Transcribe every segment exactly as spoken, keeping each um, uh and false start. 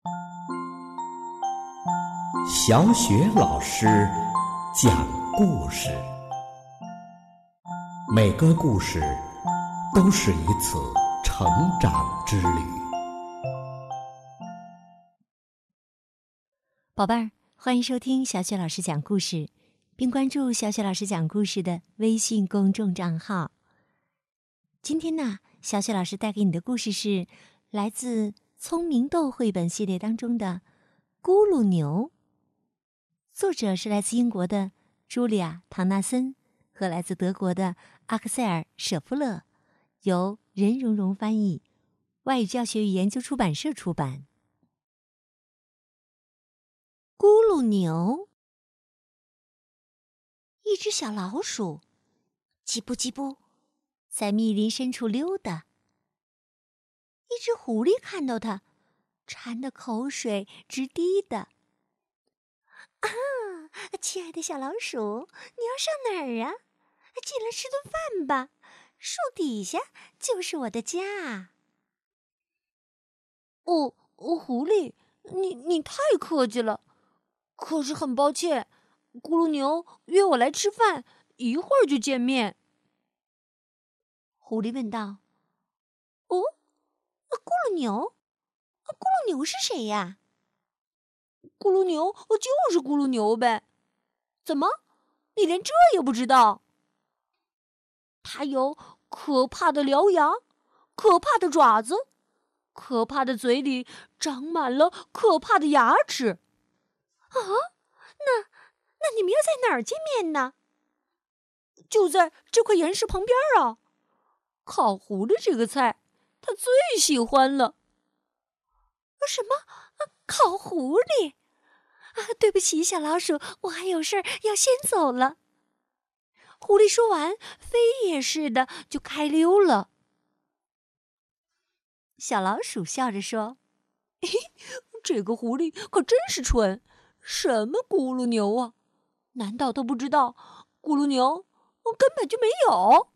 小雪老师讲故事，每个故事都是一次成长之旅。 宝贝儿，欢迎收听小雪老师讲故事，并关注小雪老师讲故事的微信公众账号。今天呢，小雪老师带给你的故事是来自聪明豆绘本系列当中的《咕噜牛》，作者是来自英国的茱莉亚·唐纳森和来自德国的阿克塞尔·舍夫勒，由任溶溶翻译，外语教学与研究出版社出版。咕噜牛。一只小老鼠，叽布叽布，在密林深处溜达。一只狐狸看到它，馋得口水直滴的。啊，亲爱的小老鼠，你要上哪儿啊？进来吃顿饭吧，树底下就是我的家。 哦，哦狐狸，你你太客气了。可是很抱歉，咕噜牛约我来吃饭，一会儿就见面。 狐狸问道：“哦，咕噜牛？咕噜牛是谁呀？”“ 咕噜牛就是咕噜牛呗。怎么，你连这也不知道？它有可怕的獠牙，可怕的爪子，可怕的嘴里长满了可怕的牙齿。”“ 啊，那那你们要在哪儿见面呢？”“ 就在这块岩石旁边啊。烤狐狸这个菜，他最喜欢了。”“ 什么？烤狐狸？啊，对不起，小老鼠，我还有事儿要先走了。”狐狸说完，飞也似的就开溜了。小老鼠笑着说：“ 嘿，这个狐狸可真是蠢。什么咕噜牛啊？难道他不知道咕噜牛根本就没有？”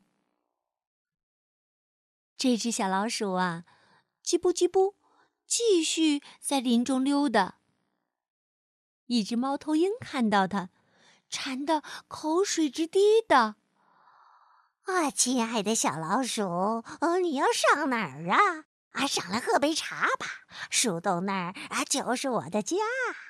这只小老鼠啊，叽布叽布，继续在林中溜达。一只猫头鹰看到它，馋得口水直滴的。“啊，亲爱的小老鼠，呃，你要上哪儿啊？啊，上来喝杯茶吧，树洞那儿啊就是我的家。”“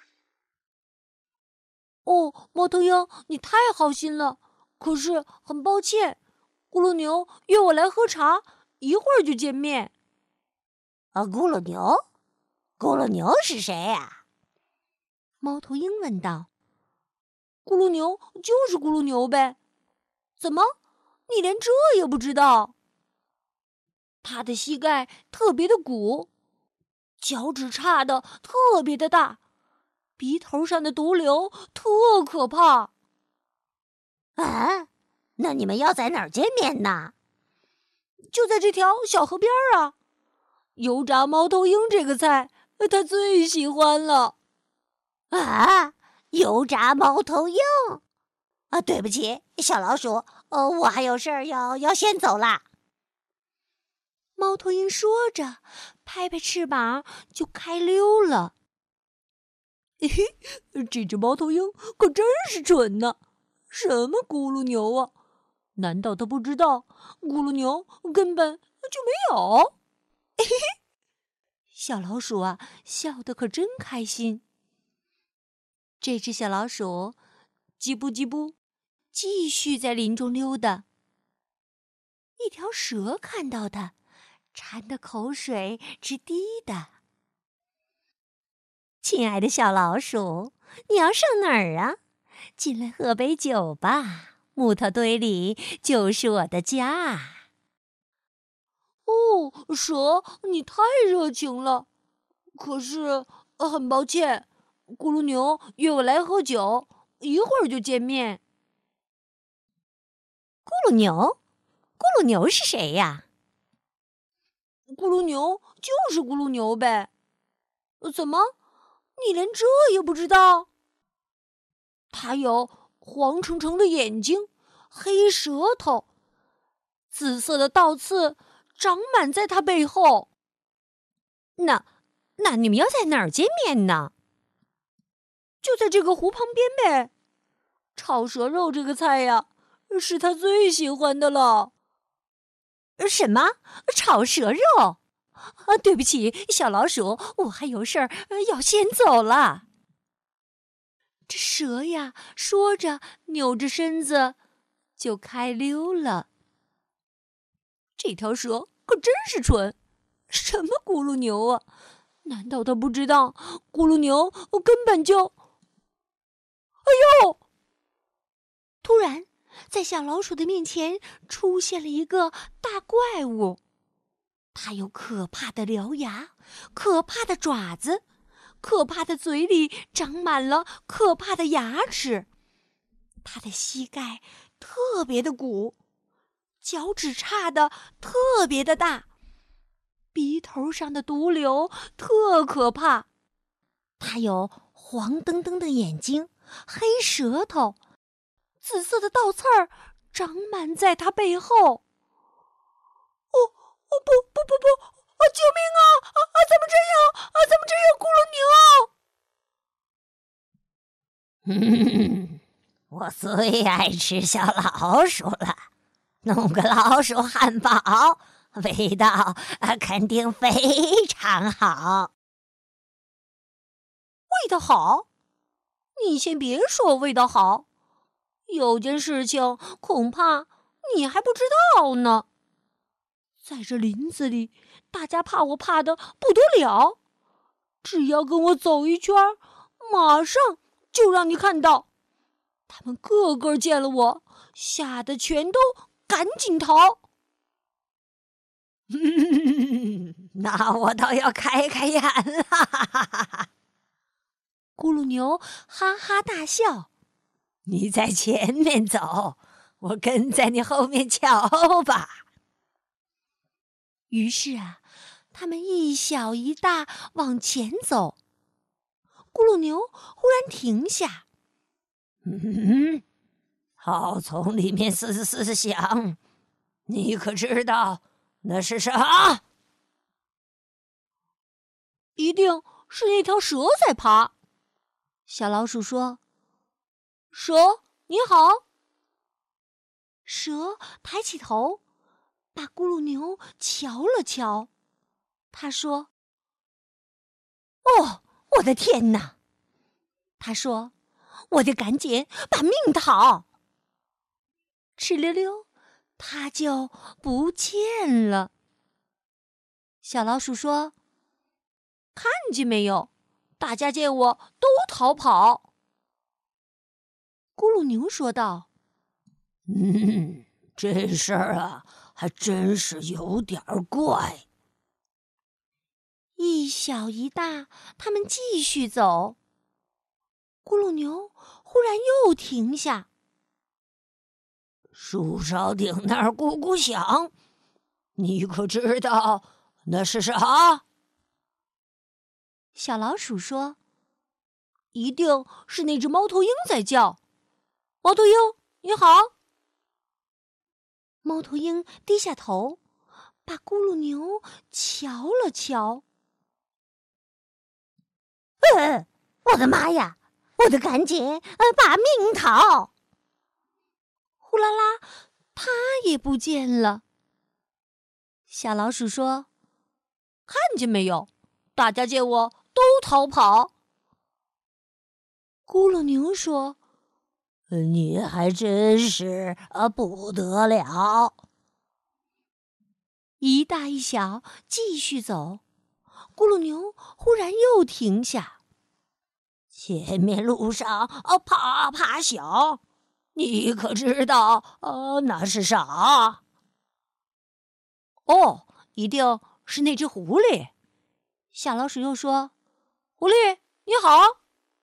哦，猫头鹰，你太好心了。可是很抱歉，咕噜牛约我来喝茶，一会儿就见面。”“ 啊，咕噜牛？咕噜牛是谁呀？”猫头鹰问道。 “咕噜牛就是咕噜牛呗。怎么，你连这也不知道？他的膝盖特别的鼓，脚趾差的特别的大，鼻头上的毒瘤特可怕。”“ 啊，那你们要在哪儿见面呢？”“ 就在这条小河边啊。油炸猫头鹰这个菜，他最喜欢了。”“ 啊，油炸猫头鹰？啊，对不起，小老鼠，呃，我还有事儿要要先走啦。”猫头鹰说着，拍拍翅膀就开溜了。 “嘿嘿，这只猫头鹰可真是蠢呢！什么咕噜牛啊？难道他不知道咕噜牛根本就没有？”“嘿嘿， 小老鼠啊，笑得可真开心。”这只小老鼠叽布叽布，继续在林中溜达。一条蛇看到它，馋得口水直滴的。“亲爱的小老鼠，你要上哪儿啊？进来喝杯酒吧，木头堆里就是我的家。”“ 哦，蛇，你太热情了。可是，呃、很抱歉，咕噜牛约我来喝酒，一会儿就见面。”“ 咕噜牛？咕噜牛是谁呀？”“ 咕噜牛就是咕噜牛呗。怎么，你连这也不知道？它有黄澄澄的眼睛，黑舌头，紫色的倒刺长满在它背后。那那你们要在哪儿见面呢？就在这个湖旁边呗。炒蛇肉这个菜呀，是他最喜欢的了。什么？炒蛇肉？啊，对不起，小老鼠，我还有事儿要先走了。这蛇呀，说着扭着身子就开溜了。这条蛇可真是蠢，什么咕噜牛啊？难道他不知道咕噜牛根本就……哎呦！突然，在小老鼠的面前出现了一个大怪物，它有可怕的獠牙，可怕的爪子，可怕的嘴里长满了可怕的牙齿，它的膝盖特别的鼓，脚趾差的特别的大，鼻头上的毒瘤特可怕，它有黄澄澄的眼睛，黑舌头，紫色的倒刺儿长满在它背后。哦哦不不不不！啊！救命啊！啊啊！怎么这样？啊！怎么这样？ 咕噜牛！嗯，我最爱吃小老鼠了，弄个老鼠汉堡，味道啊肯定非常好。 味道好？你先别说味道好，有件事情恐怕你还不知道呢。在这林子里，大家怕我怕得不得了，只要跟我走一圈，马上就让你看到。他们个个见了我，吓得全都赶紧逃。 那我倒要开开眼了！ 咕噜牛哈哈大笑。 你在前面走，我跟在你后面瞧吧。 于是啊，他们一小一大往前走。咕噜牛忽然停下， 嗯，好从里面嘶嘶响，你可知道那是啥？ 一定是那条蛇在爬。小老鼠说：“蛇，你好。”蛇抬起头，把咕噜牛瞧了瞧。他说：“ 哦，我的天哪！” 他说：“我得赶紧把命讨。”哧溜溜，它就不见了。小老鼠说：“看见没有？大家见我都逃跑。”咕噜牛说道：“ 嗯，这事儿啊，还真是有点怪。” 一小一大，他们继续走。咕噜牛忽然又停下。 树梢顶那儿咕咕响，你可知道那是啥？ 小老鼠说：“一定是那只猫头鹰在叫。猫头鹰，你好。”猫头鹰低下头，把咕噜牛瞧了瞧。 呃，我的妈呀！我得赶紧呃把命讨。 呼啦啦，它也不见了。小老鼠说：“看见没有？大家见我都逃跑。”咕噜牛说：“ 你还真是啊不得了。” 一大一小继续走。咕噜牛忽然又停下。 前面路上啊啪啪响，你可知道啊那是啥？ 哦，一定是那只狐狸。小老鼠又说：“狐狸，你好。”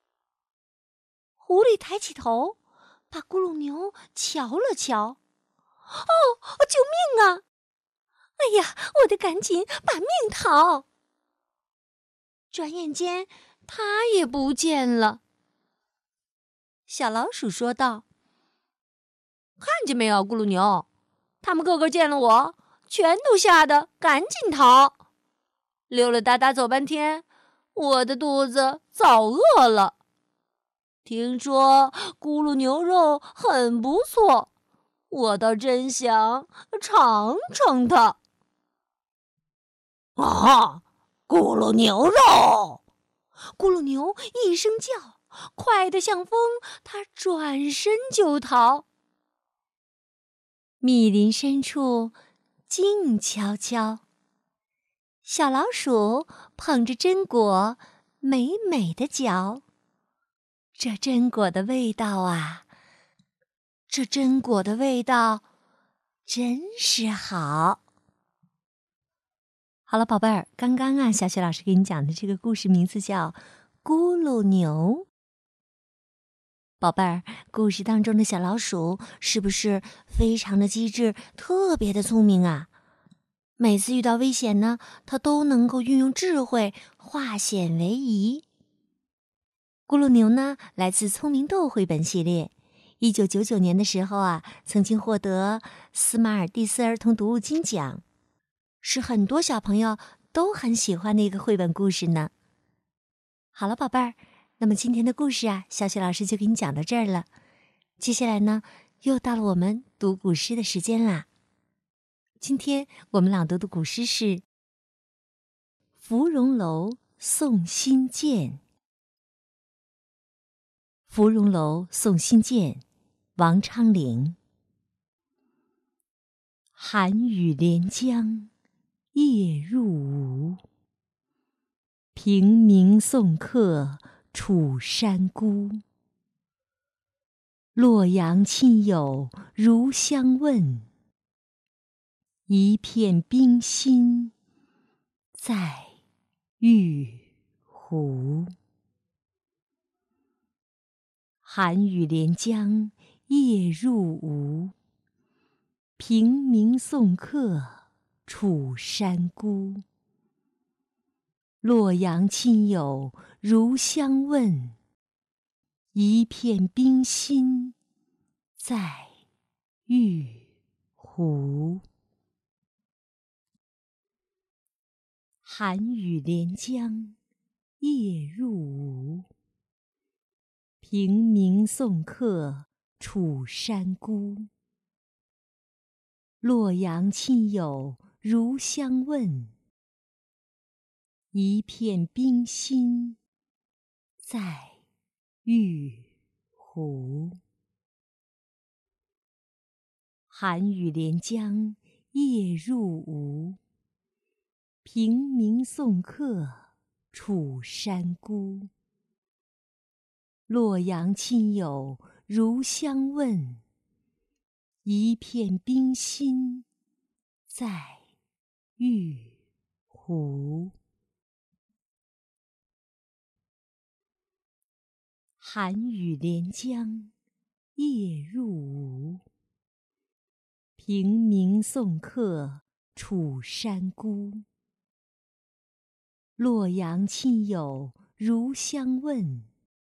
狐狸抬起头，把咕噜牛瞧了瞧。哦，救命啊！哎呀，我得赶紧把命讨。转眼间，它也不见了。小老鼠说道：“看见没有，咕噜牛？他们个个见了我，全都吓得赶紧逃，溜溜达达走半天， 我的肚子早饿了。听说咕噜牛肉很不错，我倒真想尝尝它。 啊，咕噜牛肉！ 咕噜牛一声叫，快得像风，它转身就逃。 密林深处静悄悄，小老鼠捧着榛果，美美的嚼。这榛果的味道啊，这榛果的味道真是好。好了，宝贝儿，刚刚啊，小雪老师给你讲的这个故事名字叫《咕噜牛》。宝贝儿，故事当中的小老鼠是不是非常的机智，特别的聪明啊？每次遇到危险呢，它都能够运用智慧化险为夷。咕噜牛呢，来自聪明豆绘本系列。一九九九年的时候啊，曾经获得斯马尔蒂斯儿童读物金奖，是很多小朋友都很喜欢的一个绘本故事呢。好了，宝贝儿，那么今天的故事啊，小雪老师就给你讲到这儿了。接下来呢，又到了我们读古诗的时间啦。今天我们朗读的古诗是《芙蓉楼送辛渐》。芙蓉楼送辛渐，王昌龄。寒雨连江夜入吴，平明送客楚山孤。洛阳亲友如相问，一片冰心在玉壶。寒雨连江夜入吴，平明送客楚山孤。洛阳亲友如相问，一片冰心在玉壶。寒雨连江夜入吴，平明送客楚山孤。洛阳亲友如相问，一片冰心在玉壶。寒雨连江夜入吴，平明送客楚山孤。洛阳亲友如相问，一片冰心在玉壶。寒雨连江夜入吴，平明送客楚山孤。洛阳亲友如相问，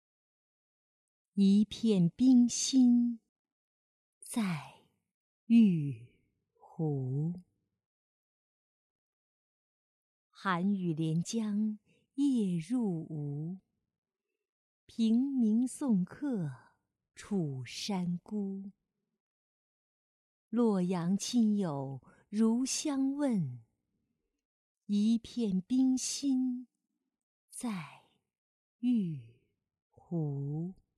一片冰心在玉壶。寒雨连江夜入吴，平明送客楚山孤。洛阳亲友如相问，一片冰心在玉壶。